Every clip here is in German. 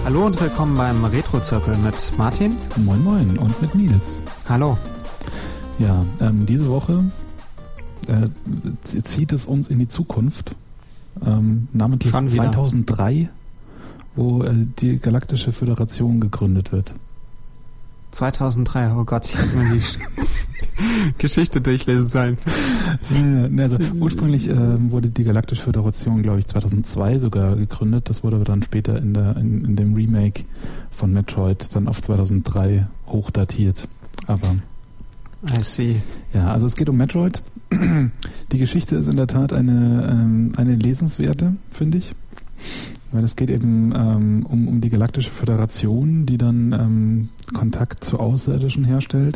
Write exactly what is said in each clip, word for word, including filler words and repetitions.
Hallo und willkommen beim Retro-Zirkel mit Martin. Moin Moin und mit Nils. Hallo. Ja, ähm, diese Woche äh, zieht es uns in die Zukunft, ähm, namentlich zweitausenddrei, wo äh, die Galaktische Föderation gegründet wird. zweitausenddrei, oh Gott, ich hätte mal die Geschichte durchlesen sollen. Ja, also ursprünglich äh, wurde die Galaktische Föderation, glaube ich, zweitausendzwei sogar gegründet. Das wurde aber dann später in, der, in, in dem Remake von Metroid dann auf zweitausenddrei hochdatiert. Aber I see. Ja, also es geht um Metroid. Die Geschichte ist in der Tat eine, ähm, eine lesenswerte, finde ich. Weil es geht eben ähm, um, um die Galaktische Föderation, die dann ähm, Kontakt zu Außerirdischen herstellt.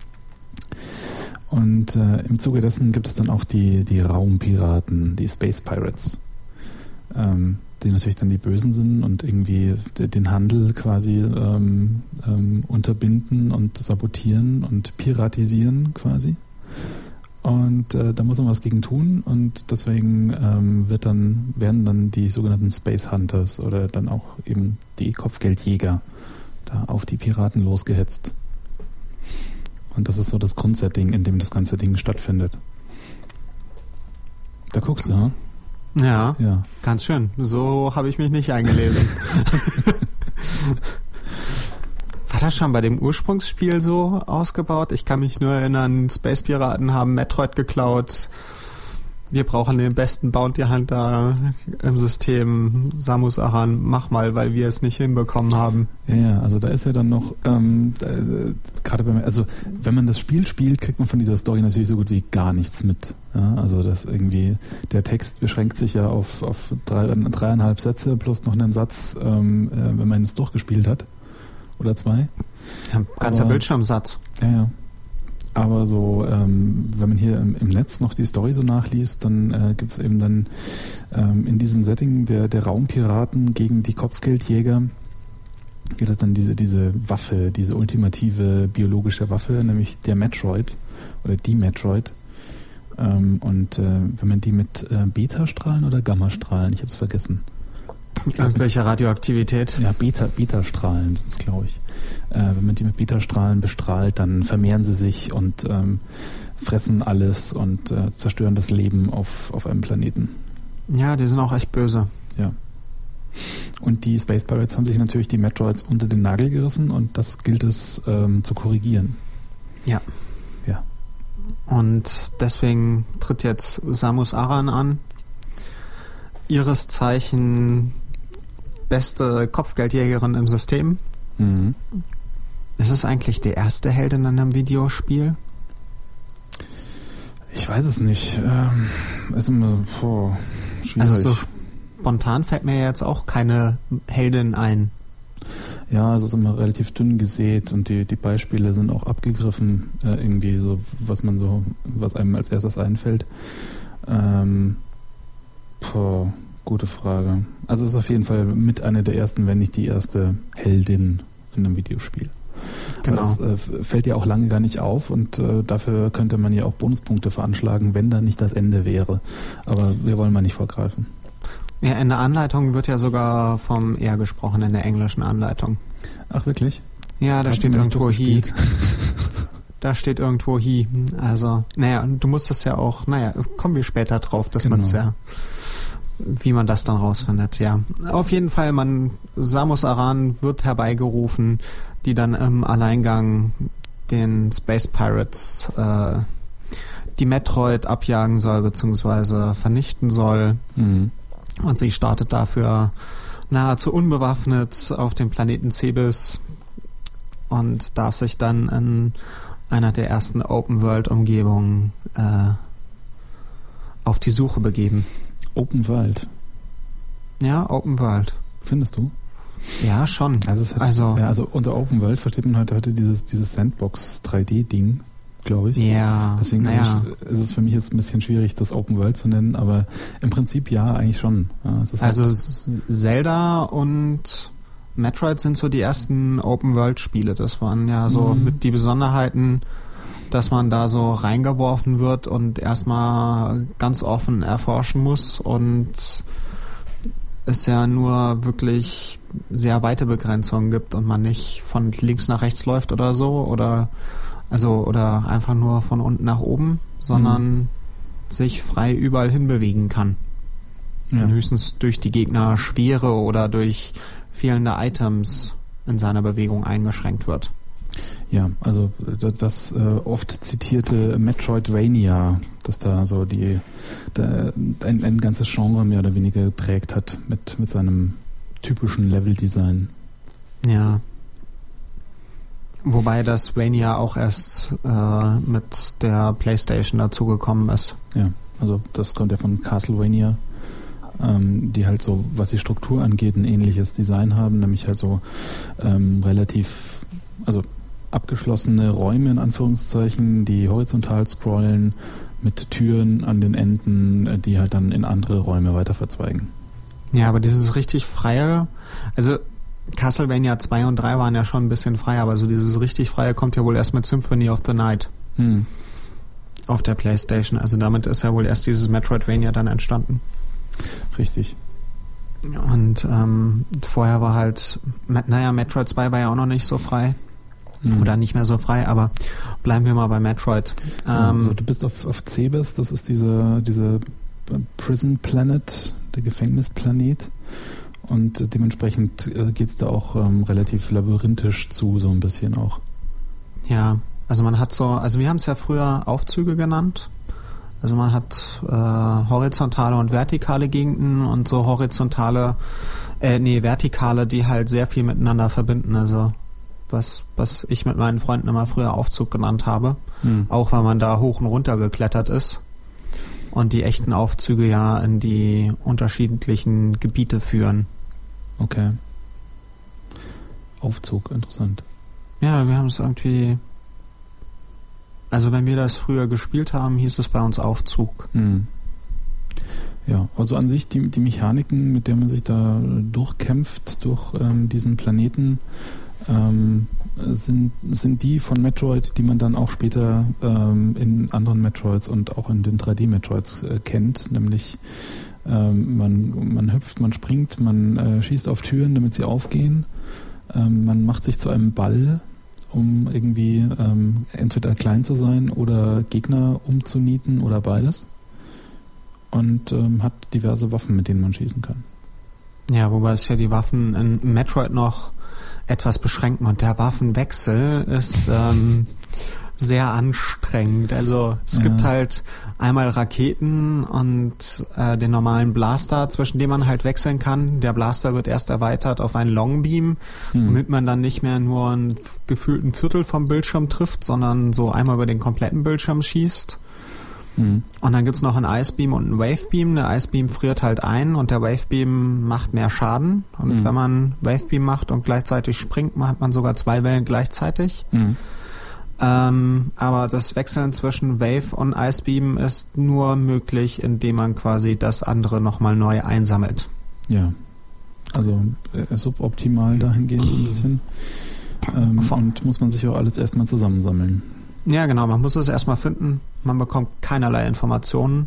Und äh, im Zuge dessen gibt es dann auch die, die Raumpiraten, die Space Pirates, ähm, die natürlich dann die Bösen sind und irgendwie den Handel quasi ähm, ähm, unterbinden und sabotieren und piratisieren quasi. Und äh, da muss man was gegen tun und deswegen ähm, wird dann, werden dann die sogenannten Space Hunters oder dann auch eben die Kopfgeldjäger da auf die Piraten losgehetzt. Und das ist so das Grundsetting, in dem das ganze Ding stattfindet. Da guckst du, hm? Ja, ja, ganz schön. So habe ich mich nicht eingelesen. War das schon bei dem Ursprungsspiel so ausgebaut? Ich kann mich nur erinnern, Space Piraten haben Metroid geklaut. Wir brauchen den besten Bounty Hunter im System. Samus Aran, mach mal, weil wir es nicht hinbekommen haben. Ja, ja, also da ist ja dann noch, ähm, äh, gerade beim, also wenn man das Spiel spielt, kriegt man von dieser Story natürlich so gut wie gar nichts mit. Ja, also das irgendwie, der Text beschränkt sich ja auf, auf drei, dreieinhalb Sätze plus noch einen Satz, ähm, äh, wenn man es durchgespielt hat. Oder zwei. Ja, ganzer Aber, Bildschirmsatz. Ja, ja. Aber so, ähm, wenn man hier im, im Netz noch die Story so nachliest, dann äh, gibt es eben dann ähm, in diesem Setting der, der Raumpiraten gegen die Kopfgeldjäger gibt es dann diese, diese Waffe, diese ultimative biologische Waffe, nämlich der Metroid oder die Metroid. Ähm, und äh, wenn man die mit äh, Beta-Strahlen oder Gamma-Strahlen, ich habe es vergessen. Irgendwelche Radioaktivität? Ja, Beta, Beta-Strahlen sind es, glaube ich. Äh, wenn man die mit Beta-Strahlen bestrahlt, dann vermehren sie sich und ähm, fressen alles und äh, zerstören das Leben auf, auf einem Planeten. Ja, die sind auch echt böse. Ja. Und die Space Pirates haben sich natürlich die Metroids unter den Nagel gerissen und das gilt es ähm, zu korrigieren. Ja. Ja. Und deswegen tritt jetzt Samus Aran an. Ihres Zeichen beste Kopfgeldjägerin im System. Mhm. Ist es eigentlich die erste Heldin in einem Videospiel? Ich weiß es nicht. Ähm, ist immer boah, schwierig. Also so spontan fällt mir jetzt auch keine Heldin ein. Ja, es ist immer relativ dünn gesät und die, die Beispiele sind auch abgegriffen, äh, irgendwie so, was man so, was einem als erstes einfällt. Ähm, boah, gute Frage. Also es ist auf jeden Fall mit einer der ersten, wenn nicht die erste Heldin in einem Videospiel. Genau. Das äh, fällt ja auch lange gar nicht auf und äh, dafür könnte man ja auch Bonuspunkte veranschlagen, wenn da nicht das Ende wäre. Aber wir wollen mal nicht vorgreifen. Ja, in der Anleitung wird ja sogar vom R gesprochen, in der englischen Anleitung. Ach, wirklich? Ja, da Hat steht irgendwo He. He. Da steht irgendwo He. Also, naja, und du musst das ja auch, naja, kommen wir später drauf, dass Genau. man es ja, wie man das dann rausfindet, ja. Auf jeden Fall, man, Samus Aran wird herbeigerufen, die dann im Alleingang den Space Pirates äh, die Metroid abjagen soll, beziehungsweise vernichten soll. Mhm. Und sie startet dafür nahezu unbewaffnet auf dem Planeten Cebes und darf sich dann in einer der ersten Open-World-Umgebungen äh, auf die Suche begeben. Open World. Ja, Open World. Findest du? Ja, schon. Also, es hat, also, ja, also unter Open World versteht man heute, heute dieses, dieses Sandbox drei D Ding, glaube ich. ja, Deswegen naja. ich, ist es für mich jetzt ein bisschen schwierig, das Open World zu nennen, aber im Prinzip ja, eigentlich schon. Ja, es ist Also halt, Zelda und Metroid sind so die ersten Open World Spiele. Das waren ja so Mhm. mit die Besonderheiten, dass man da so reingeworfen wird und erstmal ganz offen erforschen muss und es ja nur wirklich sehr weite Begrenzungen gibt und man nicht von links nach rechts läuft oder so oder also oder einfach nur von unten nach oben, sondern mhm. sich frei überall hinbewegen kann. Ja. Und höchstens durch die Gegner Schwere oder durch fehlende Items in seiner Bewegung eingeschränkt wird. Ja, also das äh, oft zitierte Metroidvania, das da so die da ein, ein ganzes Genre mehr oder weniger geprägt hat mit, mit seinem typischen Leveldesign. Ja. Wobei das Vania auch erst äh, mit der PlayStation dazugekommen ist. Ja, also das kommt ja von Castlevania, ähm, die halt so, was die Struktur angeht, ein ähnliches Design haben, nämlich halt so ähm, relativ, also abgeschlossene Räume in Anführungszeichen, die horizontal scrollen mit Türen an den Enden, die halt dann in andere Räume weiter verzweigen. Ja, aber dieses richtig freie, also Castlevania zwei und drei waren ja schon ein bisschen freier, aber so dieses richtig freie kommt ja wohl erst mit Symphony of the Night hm. auf der PlayStation. Also damit ist ja wohl erst dieses Metroidvania dann entstanden. Richtig. Und ähm, vorher war halt, naja, Metroid zwei war ja auch noch nicht so frei. Mhm. Oder nicht mehr so frei, aber bleiben wir mal bei Metroid. Ja, also du bist auf, auf Cebes, das ist diese, diese Prison Planet, der Gefängnisplanet. Und dementsprechend geht es da auch ähm, relativ labyrinthisch zu, so ein bisschen auch. Ja, also man hat so, also wir haben es ja früher Aufzüge genannt. Also man hat äh, horizontale und vertikale Gegenden und so horizontale, äh, nee, vertikale, die halt sehr viel miteinander verbinden. Also was, was ich mit meinen Freunden immer früher Aufzug genannt habe. Hm. Auch weil man da hoch und runter geklettert ist. Und die echten Aufzüge ja in die unterschiedlichen Gebiete führen. Okay. Aufzug, interessant. Ja, wir haben es irgendwie... Also wenn wir das früher gespielt haben, hieß es bei uns Aufzug. Hm. Ja, also an sich die, die Mechaniken, mit denen man sich da durchkämpft, durch ähm, diesen Planeten, ähm, sind, sind die von Metroid, die man dann auch später ähm, in anderen Metroids und auch in den drei D-Metroids äh, kennt, nämlich ähm, man, man hüpft, man springt, man äh, schießt auf Türen, damit sie aufgehen, ähm, man macht sich zu einem Ball, um irgendwie ähm, entweder klein zu sein oder Gegner umzunieten oder beides, und ähm, hat diverse Waffen, mit denen man schießen kann. Ja, wobei es ja die Waffen in Metroid noch etwas beschränken und der Waffenwechsel ist ähm, sehr anstrengend. Also es ja. gibt halt einmal Raketen und äh, den normalen Blaster, zwischen dem man halt wechseln kann. Der Blaster wird erst erweitert auf einen Longbeam, hm. womit man dann nicht mehr nur ein gefühlten Viertel vom Bildschirm trifft, sondern so einmal über den kompletten Bildschirm schießt. Mhm. Und dann gibt's noch einen Icebeam und einen Wavebeam. Der Icebeam friert halt ein und der Wavebeam macht mehr Schaden. Und mhm. wenn man Wavebeam macht und gleichzeitig springt, hat man sogar zwei Wellen gleichzeitig. Mhm. Ähm, aber das Wechseln zwischen Wave und Icebeam ist nur möglich, indem man quasi das andere nochmal neu einsammelt. Ja, also äh, suboptimal dahingehend so ein bisschen. Ähm, und muss man sich auch alles erstmal zusammensammeln. Ja, genau, man muss es erstmal finden. Man bekommt keinerlei Informationen,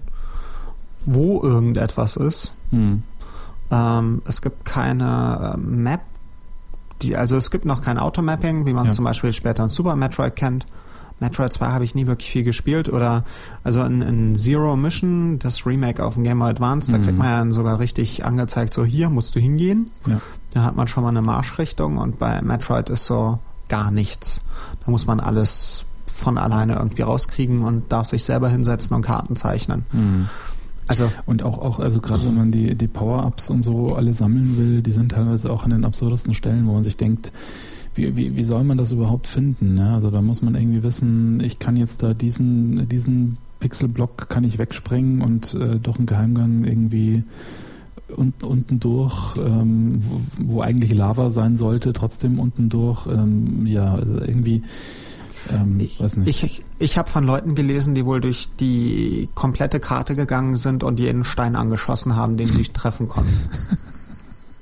wo irgendetwas ist. Hm. Ähm, es gibt keine äh, Map, die, also es gibt noch kein Automapping, wie man es ja. zum Beispiel später in Super Metroid kennt. Metroid zwei habe ich nie wirklich viel gespielt. Oder also in, in Zero Mission, das Remake auf dem Game Boy Advance, hm. da kriegt man ja dann sogar richtig angezeigt, so hier musst du hingehen. Ja. Da hat man schon mal eine Marschrichtung und bei Metroid ist so gar nichts. Da muss man alles von alleine irgendwie rauskriegen und darf sich selber hinsetzen und Karten zeichnen. Mhm. Also und auch, auch also gerade wenn man die, die Power-Ups und so alle sammeln will, die sind teilweise auch an den absurdesten Stellen, wo man sich denkt, wie, wie, wie soll man das überhaupt finden? Ne? Also da muss man irgendwie wissen, ich kann jetzt da diesen, diesen Pixelblock kann ich wegsprengen und äh, durch einen Geheimgang irgendwie und, unten durch, ähm, wo, wo eigentlich Lava sein sollte, trotzdem unten durch, ähm, ja, irgendwie Ähm, ich weiß nicht. ich, ich habe von Leuten gelesen, die wohl durch die komplette Karte gegangen sind und jeden Stein angeschossen haben, den sie treffen konnten.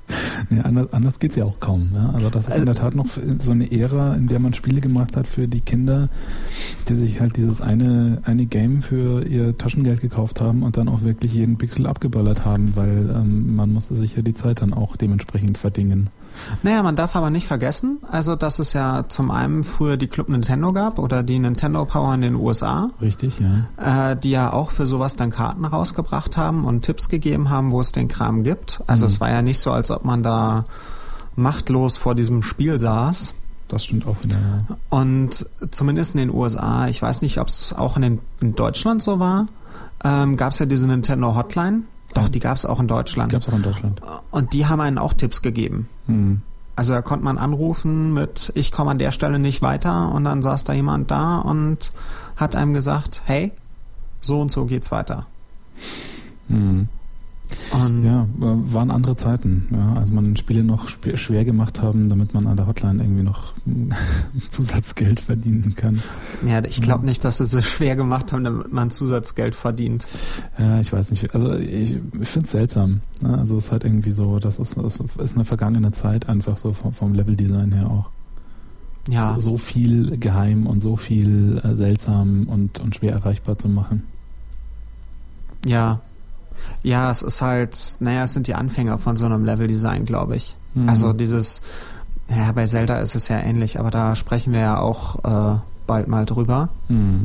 Ja, anders, anders geht's ja auch kaum. Ja? Also das ist in der Tat noch so eine Ära, in der man Spiele gemacht hat für die Kinder, die sich halt dieses eine, eine Game für ihr Taschengeld gekauft haben und dann auch wirklich jeden Pixel abgeballert haben, weil ähm, man musste sich ja die Zeit dann auch dementsprechend verdingen. Naja, man darf aber nicht vergessen, also dass es ja zum einen früher die Club Nintendo gab oder die Nintendo Power in den U S A. Richtig, ja. Äh, die ja auch für sowas dann Karten rausgebracht haben und Tipps gegeben haben, wo es den Kram gibt. Also mhm. es war ja nicht so, als ob man da machtlos vor diesem Spiel saß. Das stimmt auch wieder, ja. Und zumindest in den U S A, ich weiß nicht, ob es auch in, den, in Deutschland so war, ähm, gab es ja diese Nintendo Hotline. Doch, die gab es auch in Deutschland. Gab es auch in Deutschland. Und die haben einen auch Tipps gegeben. Mhm. Also da konnte man anrufen mit, ich komme an der Stelle nicht weiter, und dann saß da jemand da und hat einem gesagt, hey, so und so geht's weiter. Mhm. Und ja, waren andere Zeiten, ja, als man Spiele noch schwer gemacht haben, damit man an der Hotline irgendwie noch Zusatzgeld verdienen kann. Ja, ich glaube nicht, dass sie es schwer gemacht haben, damit man Zusatzgeld verdient. Ja, ich weiß nicht. Also ich, ich finde es seltsam. Ne? Also es ist halt irgendwie so, das ist, das ist eine vergangene Zeit einfach so vom, vom Leveldesign her auch. Ja. So, so viel geheim und so viel äh, seltsam und, und schwer erreichbar zu machen. Ja. Ja, es ist halt, naja, es sind die Anfänger von so einem Leveldesign, glaube ich. Mhm. Also dieses, ja, bei Zelda ist es ja ähnlich, aber da sprechen wir ja auch äh, bald mal drüber. Mhm.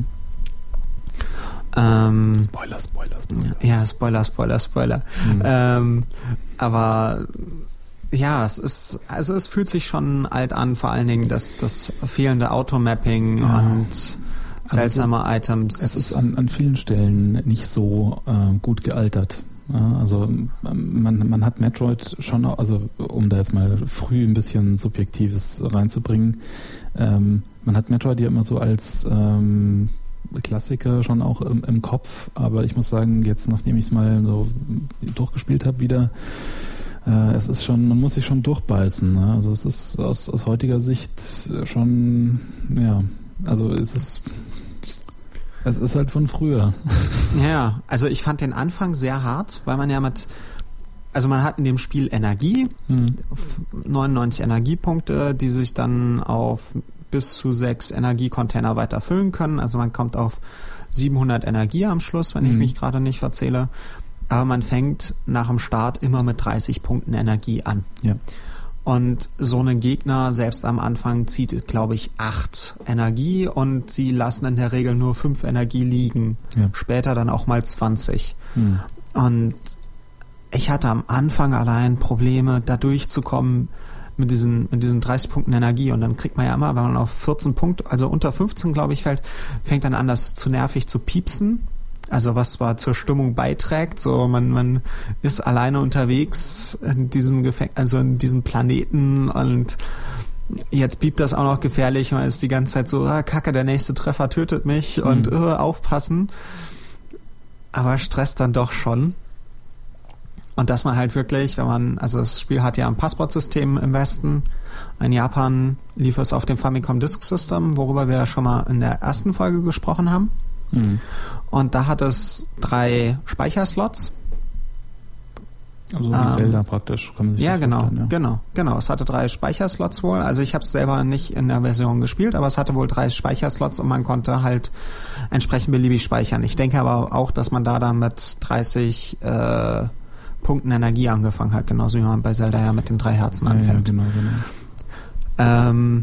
Ähm, Spoiler, Spoiler, Spoiler. Ja, Spoiler, Spoiler, Spoiler. Mhm. Ähm, aber ja, es ist, also es fühlt sich schon alt an, vor allen Dingen das, das fehlende Automapping ja. und seltsame also es, Items. Es ist an, an vielen Stellen nicht so äh, gut gealtert. Ja, also man, man hat Metroid schon, also um da jetzt mal früh ein bisschen Subjektives reinzubringen, ähm, man hat Metroid ja immer so als ähm, Klassiker schon auch im, im Kopf, aber ich muss sagen, jetzt nachdem ich es mal so durchgespielt habe wieder, äh, es ist schon, man muss sich schon durchbeißen. Ne? Also es ist aus, aus heutiger Sicht schon, ja, also es ist Es ist halt von früher. Ja, also ich fand den Anfang sehr hart, weil man ja mit, also man hat in dem Spiel Energie, hm. neunundneunzig Energiepunkte, die sich dann auf bis zu sechs Energiecontainer weiter füllen können. Also man kommt auf siebenhundert Energie am Schluss, wenn hm. ich mich gerade nicht verzähle. Aber man fängt nach dem Start immer mit dreißig Punkten Energie an. Ja. Und so ein Gegner, selbst am Anfang, zieht, glaube ich, acht Energie und sie lassen in der Regel nur fünf Energie liegen. Ja. Später dann auch mal zwanzig. Hm. Und ich hatte am Anfang allein Probleme, da durchzukommen mit diesen, mit diesen dreißig Punkten Energie. Und dann kriegt man ja immer, wenn man auf vierzehn Punkte, also unter fünfzehn, glaube ich, fällt, fängt dann an, das zu nervig zu piepsen. Also was zwar zur Stimmung beiträgt, so man man ist alleine unterwegs in diesem Gefäng- also in diesem Planeten und jetzt piept das auch noch gefährlich, man ist die ganze Zeit so, ah, Kacke, der nächste Treffer tötet mich mhm. und uh, aufpassen. Aber stresst dann doch schon. Und dass man halt wirklich, wenn man, also das Spiel hat ja ein Passportsystem im Westen, in Japan lief es auf dem Famicom Disk System, worüber wir ja schon mal in der ersten Folge gesprochen haben. Mhm. Und da hat es drei Speicherslots. Also wie ähm, Zelda praktisch. Kann man sich ja, das genau, ja, genau, genau. Es hatte drei Speicherslots wohl. Also ich habe es selber nicht in der Version gespielt, aber es hatte wohl drei Speicherslots und man konnte halt entsprechend beliebig speichern. Ich denke aber auch, dass man da dann mit dreißig äh, Punkten Energie angefangen hat, genauso wie man bei Zelda ja mit den drei Herzen anfängt. Ja, ja, genau, genau. Ähm,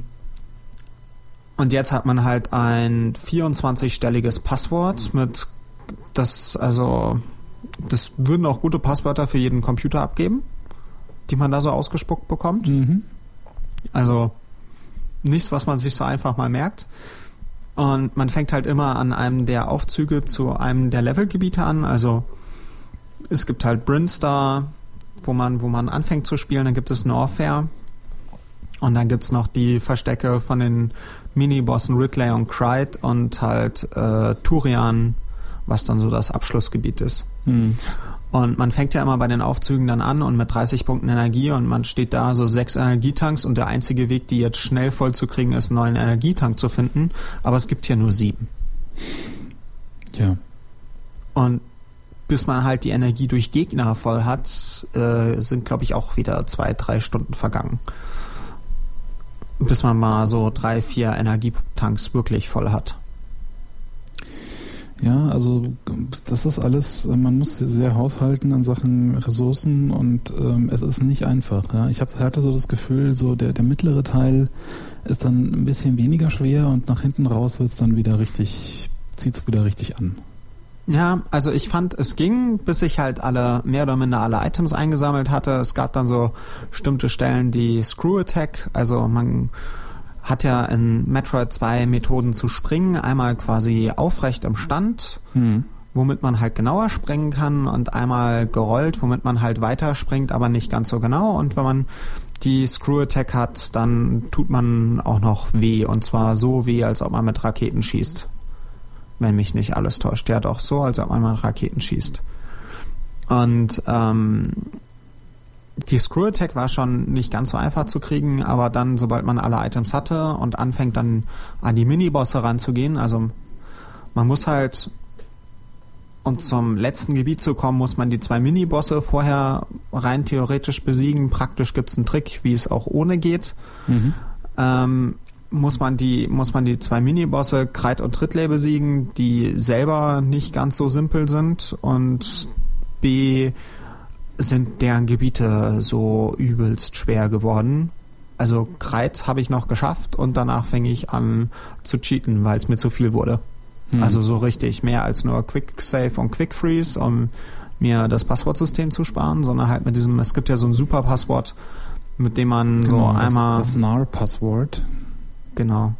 Und jetzt hat man halt ein vierundzwanzig-stelliges Passwort mit, das, also, das würden auch gute Passwörter für jeden Computer abgeben, die man da so ausgespuckt bekommt. Mhm. Also, nichts, was man sich so einfach mal merkt. Und man fängt halt immer an einem der Aufzüge zu einem der Levelgebiete an. Also, es gibt halt Brinstar, wo man, wo man anfängt zu spielen, dann gibt es Norfair. Und dann gibt's noch die Verstecke von den Mini-Bossen Ridley und Clyde und halt äh, Turian, was dann so das Abschlussgebiet ist. Hm. Und man fängt ja immer bei den Aufzügen dann an und mit dreißig Punkten Energie und man steht da so sechs Energietanks und der einzige Weg, die jetzt schnell voll zu kriegen, ist, einen neuen Energietank zu finden. Aber es gibt hier nur sieben. Ja. Und bis man halt die Energie durch Gegner voll hat, äh, sind, glaube ich, auch wieder zwei, drei Stunden vergangen. Bis man mal so drei, vier Energietanks wirklich voll hat. Ja, also das ist alles, man muss sehr haushalten an Sachen Ressourcen und ähm, es ist nicht einfach. Ja. Ich hab, hatte so das Gefühl, so der, der mittlere Teil ist dann ein bisschen weniger schwer und nach hinten raus wird's dann wieder richtig, zieht's wieder richtig an. Ja, also ich fand, es ging, bis ich halt alle, mehr oder minder alle Items eingesammelt hatte. Es gab dann so bestimmte Stellen, die Screw Attack, also man hat ja in Metroid zwei Methoden zu springen. Einmal quasi aufrecht im Stand, hm. womit man halt genauer springen kann, und einmal gerollt, womit man halt weiter springt, aber nicht ganz so genau. Und wenn man die Screw Attack hat, dann tut man auch noch weh, und zwar so weh, als ob man mit Raketen schießt. Wenn mich nicht alles täuscht. Ja, doch so, als ob man mit Raketen schießt. Und ähm, die Screw Attack war schon nicht ganz so einfach zu kriegen, aber dann, sobald man alle Items hatte und anfängt dann an die Minibosse ranzugehen, also man muss halt, um zum letzten Gebiet zu kommen, muss man die zwei Minibosse vorher rein theoretisch besiegen. Praktisch gibt's einen Trick, wie es auch ohne geht. Mhm. Ähm, muss man die, muss man die zwei Minibosse Kreit und Ridley besiegen, die selber nicht ganz so simpel sind, und B sind deren Gebiete so übelst schwer geworden. Also Kreit habe ich noch geschafft, und danach fing ich an zu cheaten, weil es mir zu viel wurde. Hm. Also so richtig mehr als nur Quick Save und Quick Freeze, um mir das Passwortsystem zu sparen, sondern halt mit diesem, es gibt ja so ein super Passwort, mit dem man genau, so einmal... Das, das N A R-Passwort. Genau.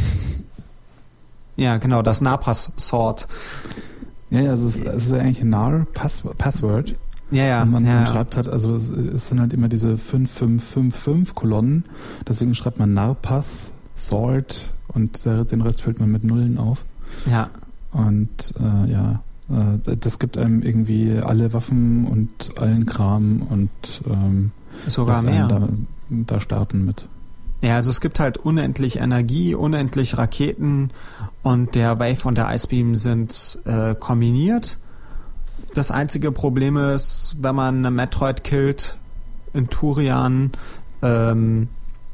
Ja, genau, das N A R-Passwort. Ja, ja, also es, es ist ja eigentlich ein N A R-Passwort. Ja, ja. Und man, ja, man ja. schreibt halt, also es, es sind halt immer diese fünf fünf fünf fünf Kolonnen, deswegen schreibt man N A R-Pass, Salt, und der, den Rest füllt man mit Nullen auf. Ja. Und äh, ja, äh, das gibt einem irgendwie alle Waffen und allen Kram und ähm, sogar mehr. Da, da starten mit. Ja, also es gibt halt unendlich Energie, unendlich Raketen, und der Wave und der Ice Beam sind äh, kombiniert. Das einzige Problem ist, wenn man eine Metroid killt in Turian, ähm,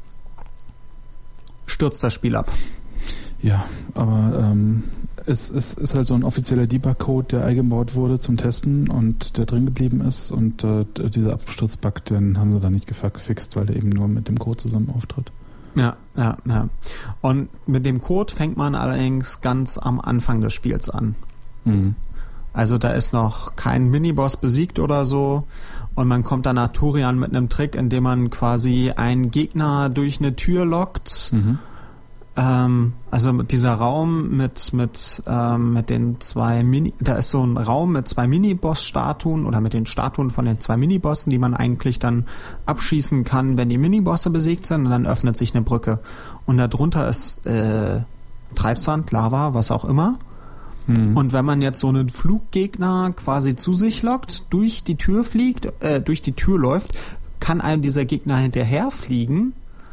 stürzt das Spiel ab. Ja, aber ähm, es, es ist halt so ein offizieller Debug-Code, der eingebaut wurde zum Testen und der drin geblieben ist, und äh, dieser Absturzbug, den haben sie dann nicht gefixt, weil der eben nur mit dem Code zusammen auftritt. Ja, ja, ja. Und mit dem Code fängt man allerdings ganz am Anfang des Spiels an. Mhm. Also da ist noch kein Miniboss besiegt oder so, und man kommt dann nach Turian mit einem Trick, indem man quasi einen Gegner durch eine Tür lockt. Mhm. Ähm, also dieser Raum mit mit ähm, mit den zwei Mini, da ist so ein Raum mit zwei Miniboss-Statuen oder mit den Statuen von den zwei Minibossen, die man eigentlich dann abschießen kann, wenn die Minibosse besiegt sind, und dann öffnet sich eine Brücke. Und darunter ist äh, Treibsand, Lava, was auch immer. Und wenn man jetzt so einen Fluggegner quasi zu sich lockt, durch die Tür fliegt, äh, durch die Tür läuft, kann einem dieser Gegner hinterherfliegen.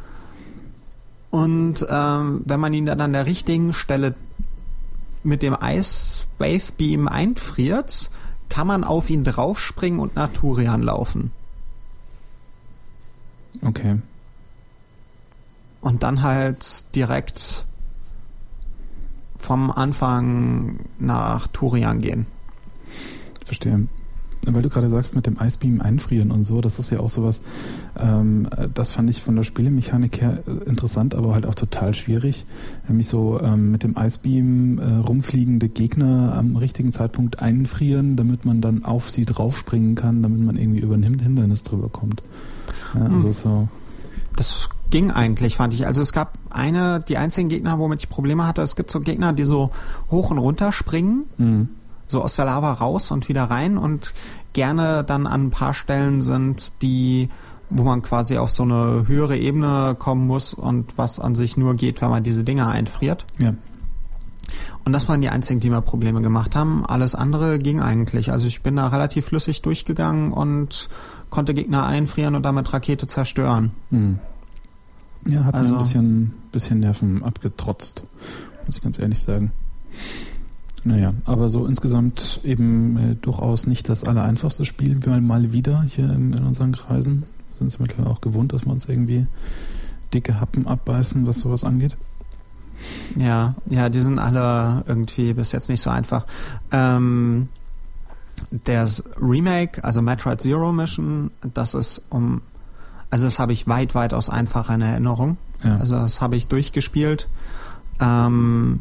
Und ähm, wenn man ihn dann an der richtigen Stelle mit dem Ice Wave Beam einfriert, kann man auf ihn draufspringen und nach Turian laufen. Okay. Und dann halt direkt vom Anfang nach Turian gehen. Verstehe. Weil du gerade sagst, mit dem Ice Beam einfrieren und so, das ist ja auch sowas, ähm, das fand ich von der Spielemechanik her interessant, aber halt auch total schwierig. Nämlich so ähm, mit dem Ice Beam äh, rumfliegende Gegner am richtigen Zeitpunkt einfrieren, damit man dann auf sie draufspringen kann, damit man irgendwie über ein Hindernis drüber kommt. Ja, also hm. so. Das ging eigentlich, fand ich. Also es gab eine, die einzigen Gegner, womit ich Probleme hatte, es gibt so Gegner, die so hoch und runter springen, mhm. so aus der Lava raus und wieder rein, und gerne dann an ein paar Stellen sind, die, wo man quasi auf so eine höhere Ebene kommen muss, und was an sich nur geht, wenn man diese Dinger einfriert. Ja. Und das waren die einzigen, die mir Probleme gemacht haben. Alles andere ging eigentlich. Also ich bin da relativ flüssig durchgegangen und konnte Gegner einfrieren und damit Rakete zerstören. Mhm. Ja, hat also mir ein bisschen, bisschen Nerven abgetrotzt, muss ich ganz ehrlich sagen. Naja, aber so insgesamt eben äh, durchaus nicht das allereinfachste Spiel, mal, mal wieder hier in, in unseren Kreisen. Wir sind es mittlerweile auch gewohnt, dass wir uns irgendwie dicke Happen abbeißen, was sowas angeht. Ja, ja, die sind alle irgendwie bis jetzt nicht so einfach. Ähm, das Remake, also Metroid Zero Mission, das ist um, also das habe ich weit, weitaus einfacher in Erinnerung. Ja. Also das habe ich durchgespielt. Ähm,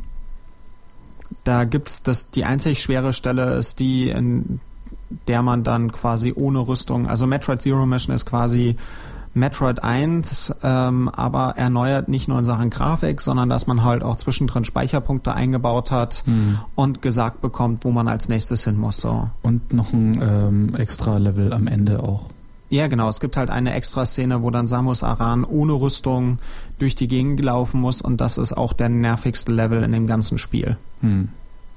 da gibt's das, die einzig schwere Stelle ist die, in der man dann quasi ohne Rüstung, also Metroid Zero Mission ist quasi Metroid eins, ähm, aber erneuert nicht nur in Sachen Grafik, sondern dass man halt auch zwischendrin Speicherpunkte eingebaut hat mhm. und gesagt bekommt, wo man als nächstes hin muss. So. Und noch ein ähm, extra Level am Ende auch. Ja, genau. Es gibt halt eine extra Szene, wo dann Samus Aran ohne Rüstung durch die Gegend laufen muss und das ist auch der nervigste Level in dem ganzen Spiel. Mhm.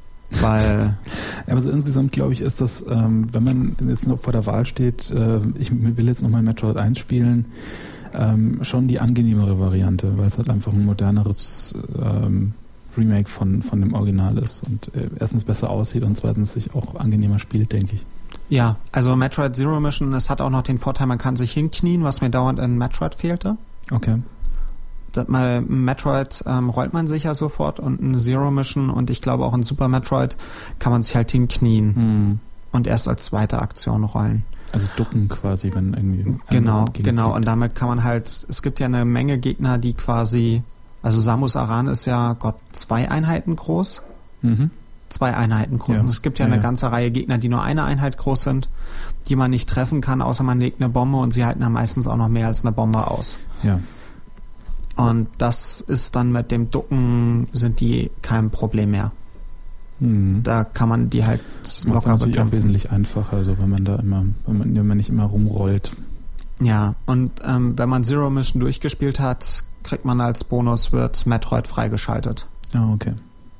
Weil ja, aber so insgesamt glaube ich ist das, ähm, wenn man jetzt noch vor der Wahl steht, äh, ich will jetzt nochmal Metroid eins spielen, ähm, schon die angenehmere Variante, weil es halt einfach ein moderneres ähm, Remake von, von dem Original ist und äh, erstens besser aussieht und zweitens sich auch angenehmer spielt, denke ich. Ja, also Metroid Zero Mission, es hat auch noch den Vorteil, man kann sich hinknien, was mir dauernd in Metroid fehlte. Okay. Mal Metroid ähm, rollt man sich ja sofort und ein Zero Mission und ich glaube auch in Super Metroid kann man sich halt hinknien hm. und erst als zweite Aktion rollen. Also ducken quasi, wenn irgendwie... Genau, genau und damit kann man halt, es gibt ja eine Menge Gegner, die quasi, also Samus Aran ist ja, Gott, zwei Einheiten groß. Mhm. Zwei Einheiten groß. Ja. Und es gibt ja, ja eine ja. ganze Reihe Gegner, die nur eine Einheit groß sind, die man nicht treffen kann, außer man legt eine Bombe und sie halten dann meistens auch noch mehr als eine Bombe aus. Ja. Und das ist dann mit dem Ducken, sind die kein Problem mehr. Hm. Da kann man die halt das locker bekämpfen. Das ist wesentlich einfacher, also wenn man da immer, wenn man, wenn man nicht immer rumrollt. Ja, und ähm, wenn man Zero Mission durchgespielt hat, kriegt man als Bonus, wird Metroid freigeschaltet. Ah, okay.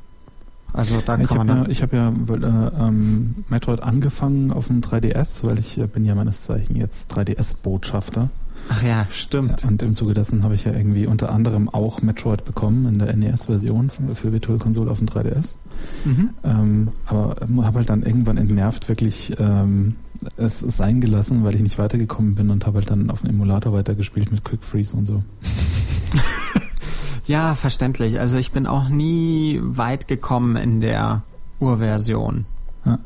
Also da ja, kann man ja, dann... Ich habe ja äh, ähm, Metroid angefangen auf dem drei D S, weil ich äh, bin ja meines Zeichen jetzt drei D S-Botschafter. Ach ja, stimmt. Und im Zuge dessen habe ich ja irgendwie unter anderem auch Metroid bekommen in der N E S-Version für Virtual Console auf dem drei D S. Mhm. Ähm, aber habe halt dann irgendwann entnervt wirklich ähm, es sein gelassen, weil ich nicht weitergekommen bin und habe halt dann auf dem Emulator weitergespielt mit Quick Freeze und so. Ja, verständlich. Also ich bin auch nie weit gekommen in der Urversion. Ja.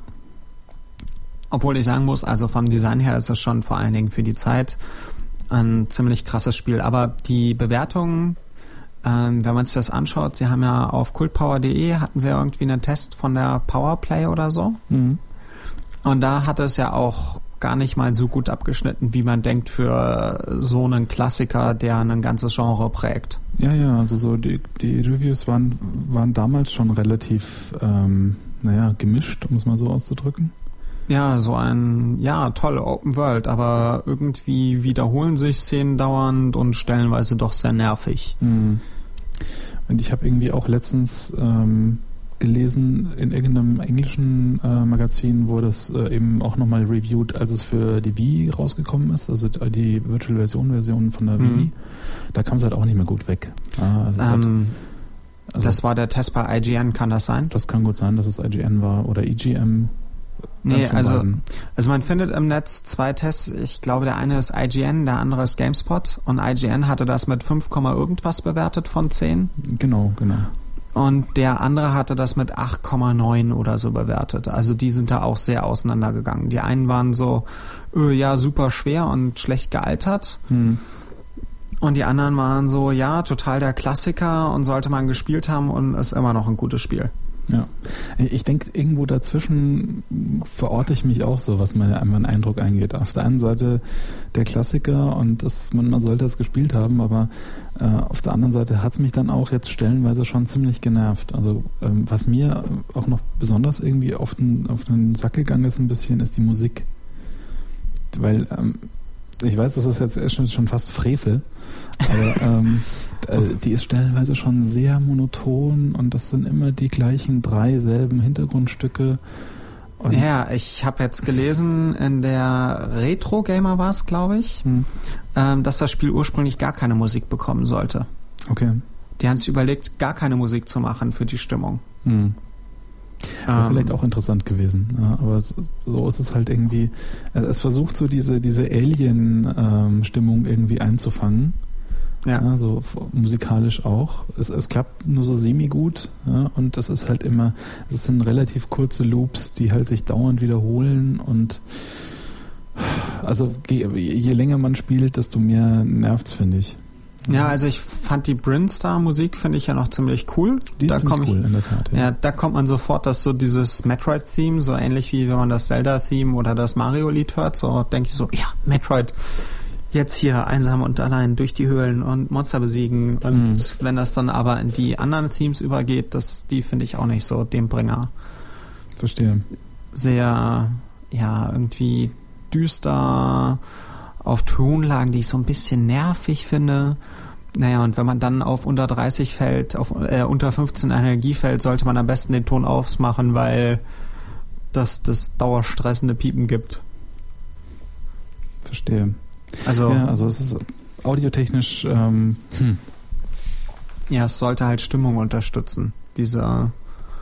Obwohl ich sagen muss, also vom Design her ist es schon vor allen Dingen für die Zeit ein ziemlich krasses Spiel. Aber die Bewertungen, ähm, wenn man sich das anschaut, sie haben ja auf kultpower punkt de hatten sie ja irgendwie einen Test von der Powerplay oder so. Mhm. Und da hat es ja auch gar nicht mal so gut abgeschnitten, wie man denkt für so einen Klassiker, der ein ganzes Genre prägt. Ja, ja, also so die, die Reviews waren, waren damals schon relativ, ähm, naja, gemischt, um es mal so auszudrücken. Ja, so ein, ja, tolle Open World, aber irgendwie wiederholen sich Szenen dauernd und stellenweise doch sehr nervig. Mhm. Und ich habe irgendwie auch letztens ähm, gelesen in irgendeinem englischen äh, Magazin, wo das äh, eben auch nochmal reviewed, als es für die Wii rausgekommen ist, also die Virtual Version Version von der mhm. Wii, da kam es halt auch nicht mehr gut weg. Ah, also ähm, hat, also das war der Test bei I G N, kann das sein? Das kann gut sein, dass es I G N war oder E G M. Nee, also, also man findet im Netz zwei Tests, ich glaube der eine ist I G N, der andere ist GameSpot und I G N hatte das mit fünf, irgendwas bewertet von zehn. Genau, genau. Und der andere hatte das mit acht Komma neun oder so bewertet. Also die sind da auch sehr auseinandergegangen. Die einen waren so, öh, ja, super schwer und schlecht gealtert. Hm. Und die anderen waren so, ja, total der Klassiker und sollte man gespielt haben und ist immer noch ein gutes Spiel. Ja, ich denke, irgendwo dazwischen verorte ich mich auch so, was meine, meinen Eindruck eingeht. Auf der einen Seite der Klassiker und das, man, man sollte es gespielt haben, aber äh, auf der anderen Seite hat es mich dann auch jetzt stellenweise schon ziemlich genervt. Also ähm, was mir auch noch besonders irgendwie auf den, auf den Sack gegangen ist ein bisschen, ist die Musik. Weil ähm, ich weiß, das ist jetzt schon, schon fast Frevel, aber ähm, die ist stellenweise schon sehr monoton und das sind immer die gleichen drei selben Hintergrundstücke. Und ja, ich habe jetzt gelesen, in der Retro Gamer war es, glaube ich, hm. ähm, dass das Spiel ursprünglich gar keine Musik bekommen sollte. Okay. Die haben sich überlegt, gar keine Musik zu machen für die Stimmung. Hm. Wäre ähm, vielleicht auch interessant gewesen. Ja, aber es, so ist es halt irgendwie, also es versucht so diese, diese Alien-Stimmung ähm, irgendwie einzufangen. Ja. Ja, so musikalisch auch. Es, es klappt nur so semi-gut, ja, und das ist halt immer, es sind relativ kurze Loops, die halt sich dauernd wiederholen und also je, je länger man spielt, desto mehr nervt's, finde ich. Ja, also ich fand die Brinstar-Musik, finde ich ja noch ziemlich cool. Die ist da ziemlich ich, cool, in der Tat. Ja. ja, da kommt man sofort, dass so dieses Metroid-Theme, so ähnlich wie wenn man das Zelda-Theme oder das Mario-Lied hört, so denke ich so, ja, Metroid, jetzt hier einsam und allein durch die Höhlen und Monster besiegen. Und mhm. wenn das dann aber in die anderen Themes übergeht, das, die finde ich auch nicht so dem Bringer. Verstehe. Sehr, ja, irgendwie düster, auf Tonlagen, die ich so ein bisschen nervig finde. Naja, und wenn man dann auf unter dreißig fällt, auf äh, unter fünfzehn Energie fällt, sollte man am besten den Ton ausmachen, weil das das dauerstressende Piepen gibt. Verstehe. Also, ja, also es ist audiotechnisch ähm, hm. ja, es sollte halt Stimmung unterstützen. Dieser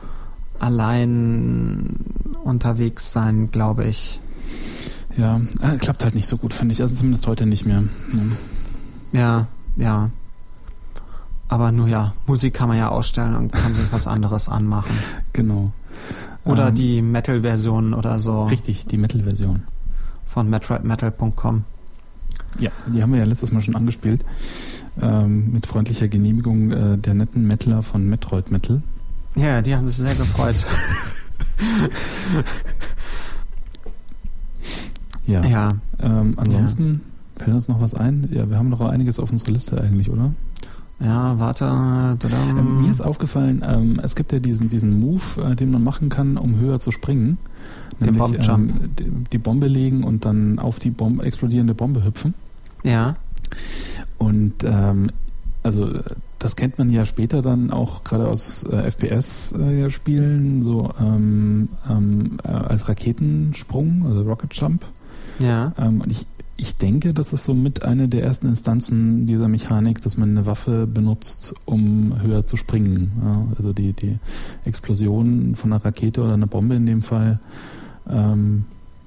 allein unterwegs sein, glaube ich. Ja, äh, klappt halt nicht so gut, finde ich. Also zumindest heute nicht mehr. Ja, ja. ja. Aber nur ja, Musik kann man ja ausstellen und kann sich was anderes anmachen. Genau. Oder ähm, die Metal-Version oder so. Richtig, die Metal-Version. Von metroid metal punkt com. Ja, die haben wir ja letztes Mal schon angespielt. Ähm, mit freundlicher Genehmigung äh, der netten Metaler von Metroid Metal. Ja, die haben sich sehr gefreut. Ja. ja. Ähm, ansonsten ja. fällt uns noch was ein. Ja, wir haben noch einiges auf unserer Liste eigentlich, oder? Ja, warte. Ähm, mir ist aufgefallen, ähm, es gibt ja diesen, diesen Move, äh, den man machen kann, um höher zu springen. Den Nämlich ähm, die, die Bombe legen und dann auf die Bombe, explodierende Bombe hüpfen. Ja. Und ähm, also das kennt man ja später dann auch gerade aus äh, F P S-Spielen, äh, so ähm, ähm, äh, als Raketensprung, also Rocket Jump. Ja. Ähm, und ich, ich denke, das ist so mit einer der ersten Instanzen dieser Mechanik, dass man eine Waffe benutzt, um höher zu springen. Ja, also die, die Explosion von einer Rakete oder einer Bombe in dem Fall ähm,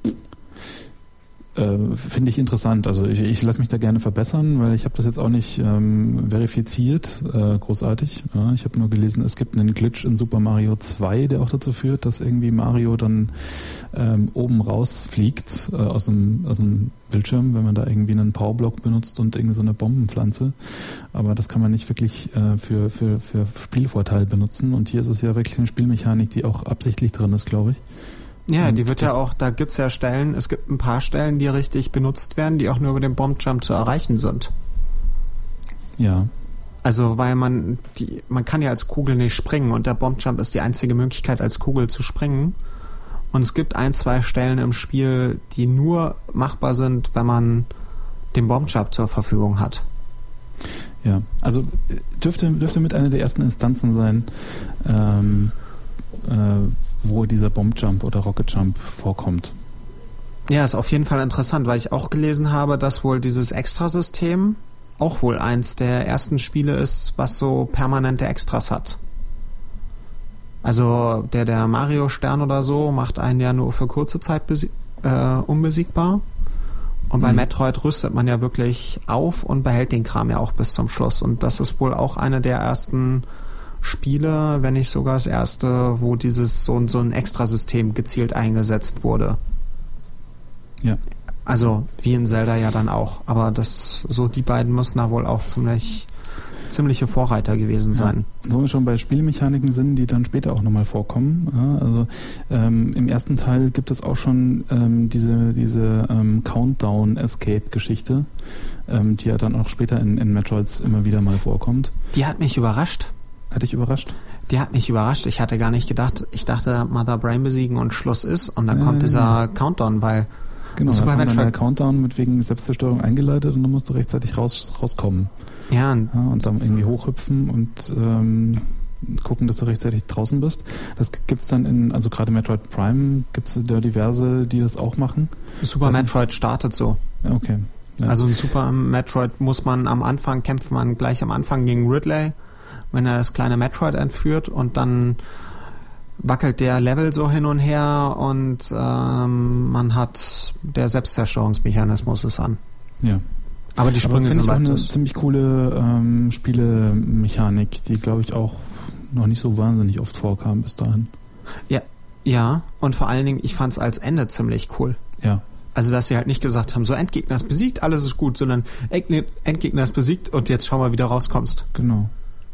äh, finde ich interessant. Also ich, ich lasse mich da gerne verbessern, weil ich habe das jetzt auch nicht ähm, verifiziert, äh, großartig. Ja, ich habe nur gelesen, es gibt einen Glitch in Super Mario zwei, der auch dazu führt, dass irgendwie Mario dann ähm, oben rausfliegt äh, aus dem, aus dem Bildschirm, wenn man da irgendwie einen Powerblock benutzt und irgendwie so eine Bombenpflanze. Aber das kann man nicht wirklich äh, für, für, für Spielvorteil benutzen. Und hier ist es ja wirklich eine Spielmechanik, die auch absichtlich drin ist, glaube ich. Ja, und die wird ja auch, da gibt's ja Stellen, es gibt ein paar Stellen, die richtig benutzt werden, die auch nur über den Bombjump zu erreichen sind. Ja. Also, weil man, die, man kann ja als Kugel nicht springen und der Bombjump ist die einzige Möglichkeit, als Kugel zu springen. Und es gibt ein, zwei Stellen im Spiel, die nur machbar sind, wenn man den Bombjump zur Verfügung hat. Ja, also dürfte, dürfte mit einer der ersten Instanzen sein, ähm, äh, wo dieser Bombjump oder Rocket Jump vorkommt. Ja, ist auf jeden Fall interessant, weil ich auch gelesen habe, dass wohl dieses Extrasystem auch wohl eins der ersten Spiele ist, was so permanente Extras hat. Also der, der Mario-Stern oder so macht einen ja nur für kurze Zeit besie- äh, unbesiegbar. Und bei mhm. Metroid rüstet man ja wirklich auf und behält den Kram ja auch bis zum Schluss. Und das ist wohl auch eine der ersten Spiele, wenn nicht sogar das erste, wo dieses so, so ein Extrasystem gezielt eingesetzt wurde. Ja. Also wie in Zelda ja dann auch. Aber das so die beiden müssen da wohl auch ziemlich ziemliche Vorreiter gewesen sein. Ja. Wo wir schon bei Spielmechaniken sind, die dann später auch nochmal vorkommen. Ja, also ähm, im ersten Teil gibt es auch schon ähm, diese, diese ähm, Countdown-Escape-Geschichte, ähm, die ja dann auch später in, in Metroids immer wieder mal vorkommt. Die hat mich überrascht. Hat dich überrascht? Die hat mich überrascht. Ich hatte gar nicht gedacht, ich dachte, Mother Brain besiegen und Schluss ist. Und dann äh, kommt dieser Countdown, weil genau, Super da kommt dann der Countdown mit wegen Selbstzerstörung eingeleitet und dann musst du rechtzeitig raus, rauskommen. Ja. ja. Und dann irgendwie hochhüpfen und ähm, gucken, dass du rechtzeitig draußen bist. Das gibt's dann in, also gerade Metroid Prime gibt's da diverse, die das auch machen. Super also, Metroid startet so. Ja, okay. Ja. Also in Super Metroid muss man am Anfang, kämpft man gleich am Anfang gegen Ridley, wenn er das kleine Metroid entführt und dann wackelt der Level so hin und her und ähm, man hat der Selbstzerstörungsmechanismus ist an. Ja. Aber die Sprünge Aber sind auch eine das. ziemlich coole ähm, Spielemechanik, die, glaube ich, auch noch nicht so wahnsinnig oft vorkam bis dahin. Ja, ja. Und vor allen Dingen, ich fand es als Ende ziemlich cool. Ja. Also, dass sie halt nicht gesagt haben, so Endgegner ist besiegt, alles ist gut, sondern Endgegner ist besiegt und jetzt schau mal, wie du rauskommst. Genau.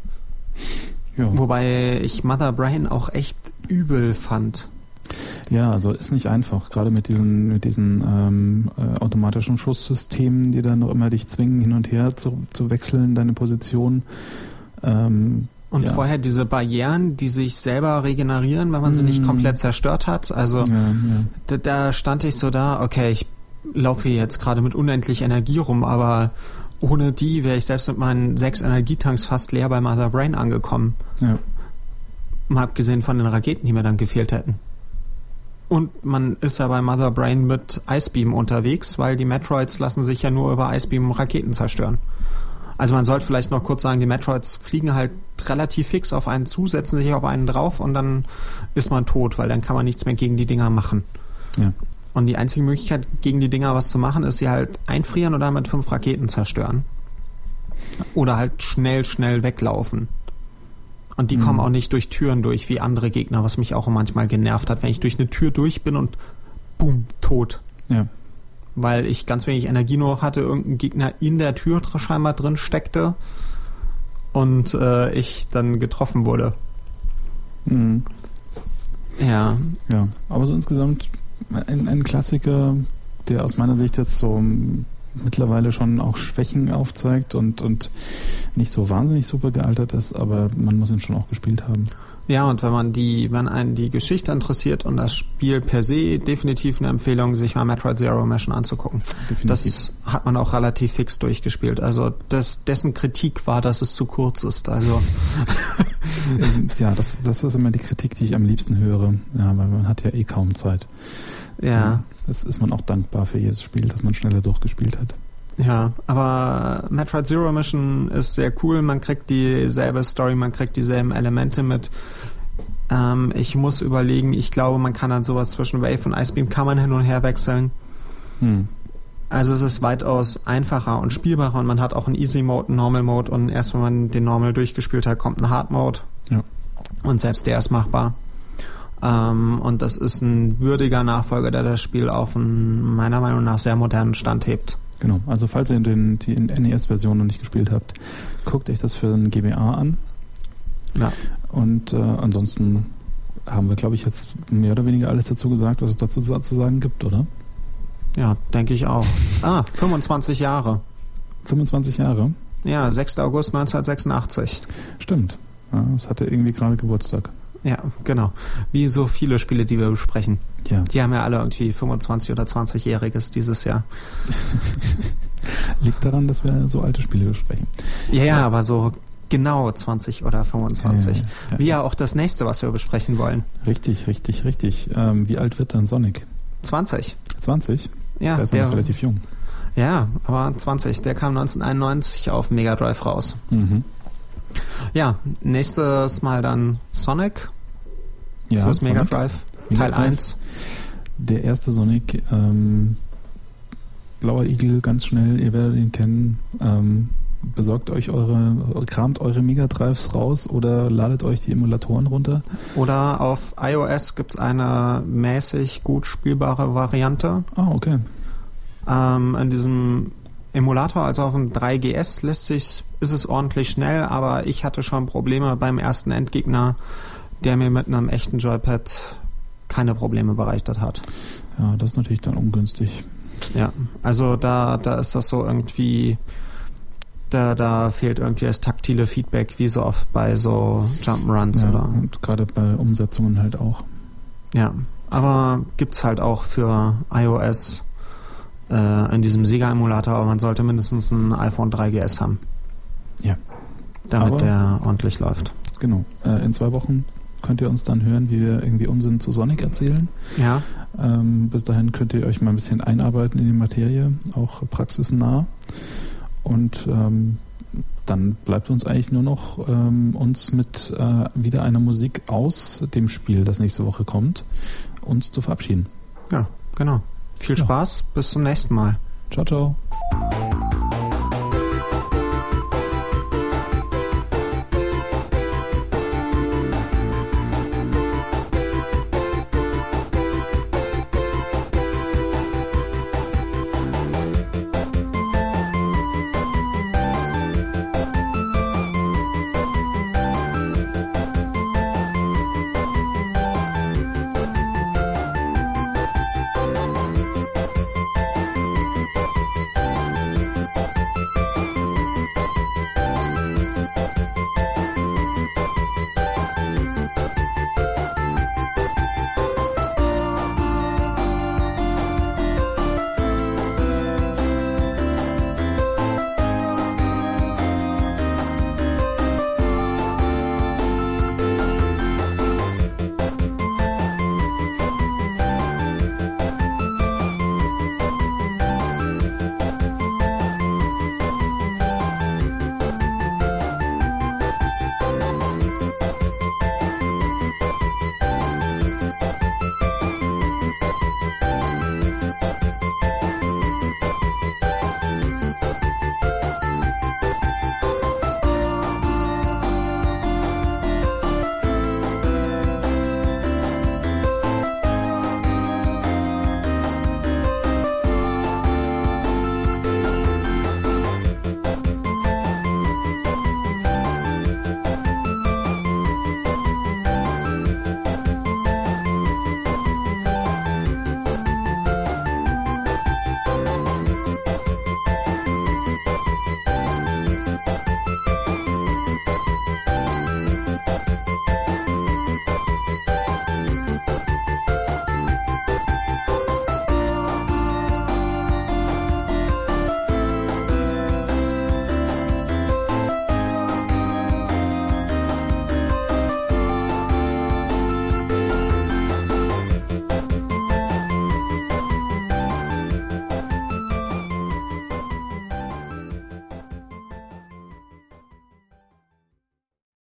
Ja. Wobei ich Mother Brain auch echt übel fand. Ja, also ist nicht einfach, gerade mit diesen mit diesen ähm, äh, automatischen Schusssystemen, die dann noch immer dich zwingen, hin und her zu, zu wechseln, deine Position. Ähm, Und ja. vorher diese Barrieren, die sich selber regenerieren, wenn man sie nicht komplett zerstört hat. Also ja, ja. Da, da stand ich so da, okay, ich laufe hier jetzt gerade mit unendlich Energie rum, aber ohne die wäre ich selbst mit meinen sechs Energietanks fast leer bei Mother Brain angekommen. Ja. Mal abgesehen von den Raketen, die mir dann gefehlt hätten. Und man ist ja bei Mother Brain mit Icebeam unterwegs, weil die Metroids lassen sich ja nur über Icebeam Raketen zerstören. Also man sollte vielleicht noch kurz sagen, die Metroids fliegen halt relativ fix auf einen zu, setzen sich auf einen drauf und dann ist man tot, weil dann kann man nichts mehr gegen die Dinger machen. Ja. Und die einzige Möglichkeit, gegen die Dinger was zu machen, ist sie halt einfrieren oder mit fünf Raketen zerstören. Oder halt schnell, schnell weglaufen. Und die mhm. kommen auch nicht durch Türen durch, wie andere Gegner, was mich auch manchmal genervt hat, wenn ich durch eine Tür durch bin und boom, tot. Ja. Weil ich ganz wenig Energie nur hatte, irgendein Gegner in der Tür scheinbar drin steckte und äh, ich dann getroffen wurde. Mhm. Ja. Ja, aber so insgesamt ein, ein Klassiker, der aus meiner Sicht jetzt so mittlerweile schon auch Schwächen aufzeigt und, und nicht so wahnsinnig super gealtert ist, aber man muss ihn schon auch gespielt haben. Ja, und wenn man die, wenn einen die Geschichte interessiert und das Spiel per se, definitiv eine Empfehlung, sich mal Metroid Zero Mission anzugucken. Definitiv. Das hat man auch relativ fix durchgespielt. Also das, dessen Kritik war, dass es zu kurz ist. Also ja, das, das ist immer die Kritik, die ich am liebsten höre. Ja, weil man hat ja eh kaum Zeit. Ja. Das ist man auch dankbar für jedes Spiel, das man schneller durchgespielt hat. Ja, aber Metroid Zero Mission ist sehr cool. Man kriegt dieselbe Story, man kriegt dieselben Elemente mit. Ähm, ich muss überlegen, ich glaube, man kann dann sowas zwischen Wave und Icebeam kann man hin und her wechseln. Hm. Also es ist weitaus einfacher und spielbarer und man hat auch einen Easy Mode, einen Normal Mode und erst wenn man den Normal durchgespielt hat, kommt ein Hard Mode. Ja. Und selbst der ist machbar. Ähm, und das ist ein würdiger Nachfolger, der das Spiel auf einen meiner Meinung nach sehr modernen Stand hebt. Genau, also falls ihr den, die N E S-Version noch nicht gespielt habt, guckt euch das für ein G B A an. Ja. Und äh, ansonsten haben wir, glaube ich, jetzt mehr oder weniger alles dazu gesagt, was es dazu zu sagen gibt, oder? Ja, denke ich auch. Ah, fünfundzwanzig Jahre. fünfundzwanzig Jahre? Ja, sechster August neunzehnhundertsechsundachtzig. Stimmt. Ja, es hatte irgendwie gerade Geburtstag. Ja, genau. Wie so viele Spiele, die wir besprechen. Ja. Die haben ja alle irgendwie fünfundzwanzig- oder zwanzigjähriges dieses Jahr. Liegt daran, dass wir so alte Spiele besprechen. Ja, ja, aber so genau zwanzig oder fünfundzwanzig. Ja, ja, ja. Wie ja auch das nächste, was wir besprechen wollen. Richtig, richtig, richtig. Ähm, wie alt wird dann Sonic? zwanzig. zwanzig? Ja, der ist ja noch relativ jung. Ja, aber zwanzig. Der kam neunzehnhunderteinundneunzig auf Mega Drive raus. Mhm. Ja, nächstes Mal dann Sonic ja, fürs Mega Sonic. Drive, Mega Teil Drive. eins. Der erste Sonic, ähm, blauer Igel, ganz schnell, ihr werdet ihn kennen. Ähm, besorgt euch eure, kramt eure Mega Drives raus oder ladet euch die Emulatoren runter. Oder auf iOS gibt es eine mäßig gut spielbare Variante. Ah, okay. Ähm, in diesem Emulator, also auf dem drei G S, lässt sich, ist es ordentlich schnell, aber ich hatte schon Probleme beim ersten Endgegner, der mir mit einem echten Joypad keine Probleme bereitet hat. Ja, das ist natürlich dann ungünstig. Ja, also da, da ist das so irgendwie, da, da fehlt irgendwie das taktile Feedback, wie so oft bei so Jump'n'Runs, Ja, oder? und gerade bei Umsetzungen halt auch. Ja, aber gibt's halt auch für iOS äh, in diesem Sega-Emulator, aber man sollte mindestens ein iPhone drei G S haben. Ja. Damit Aber- der ordentlich läuft. Genau. Äh, in zwei Wochen könnt ihr uns dann hören, wie wir irgendwie Unsinn zu Sonic erzählen. Ja, Ähm, bis dahin könnt ihr euch mal ein bisschen einarbeiten in die Materie, auch praxisnah. Und ähm, dann bleibt uns eigentlich nur noch ähm, uns mit äh, wieder einer Musik aus dem Spiel, das nächste Woche kommt, uns zu verabschieden. Ja, genau. Viel ja. Spaß, bis zum nächsten Mal. Ciao, ciao.